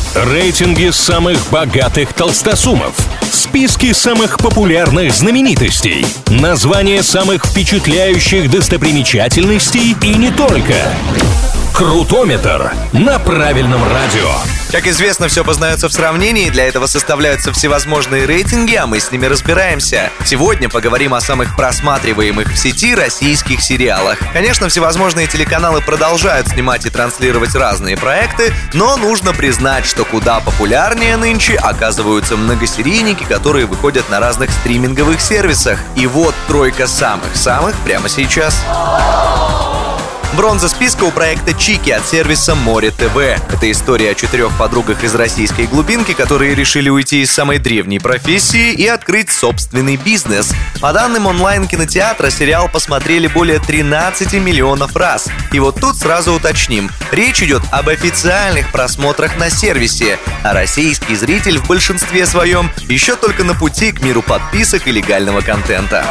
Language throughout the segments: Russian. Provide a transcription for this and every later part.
Рейтинги самых богатых толстосумов. Списки самых популярных знаменитостей. Названия самых впечатляющих достопримечательностей и не только. Крутометр на правильном радио. Как известно, все познается в сравнении, для этого составляются всевозможные рейтинги, а мы с ними разбираемся. Сегодня поговорим о самых просматриваемых в сети российских сериалах. Конечно, всевозможные телеканалы продолжают снимать и транслировать разные проекты, но нужно признать, что куда популярнее нынче оказываются многосерийники, которые выходят на разных стриминговых сервисах. И вот тройка самых-самых прямо сейчас. Бронза списка у проекта «Чики» от сервиса Море ТВ. Это история о 4 подругах из российской глубинки, которые решили уйти из самой древней профессии и открыть собственный бизнес. По данным онлайн-кинотеатра, сериал посмотрели более 13 миллионов раз. И вот тут сразу уточним. Речь идет об официальных просмотрах на сервисе, а российский зритель в большинстве своем еще только на пути к миру подписок и легального контента.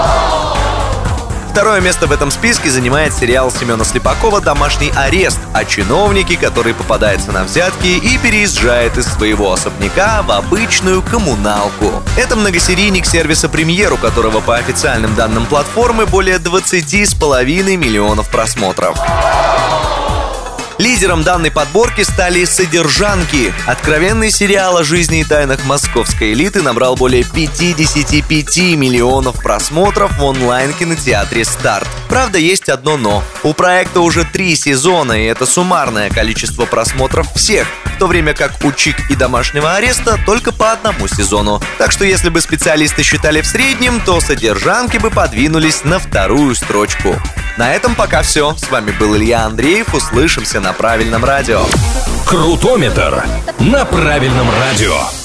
Второе место в этом списке занимает сериал Семена Слепакова «Домашний арест» о чиновнике, который попадается на взятки и переезжает из своего особняка в обычную коммуналку. Это многосерийник сервиса «Премьер», у которого по официальным данным платформы более 20,5 миллионов просмотров. Лидером данной подборки стали «Содержанки». Откровенный сериал о жизни и тайнах московской элиты набрал более 55 миллионов просмотров в онлайн-кинотеатре «Старт». Правда, есть одно «но». У проекта уже 3 сезона, и это суммарное количество просмотров всех, в то время как у «Чик» и «Домашнего ареста» только по 1 сезону. Так что если бы специалисты считали в среднем, то «Содержанки» бы подвинулись на 2-ю строчку. На этом пока все. С вами был Илья Андреев. Услышимся на правильном радио. Крутометр на правильном радио.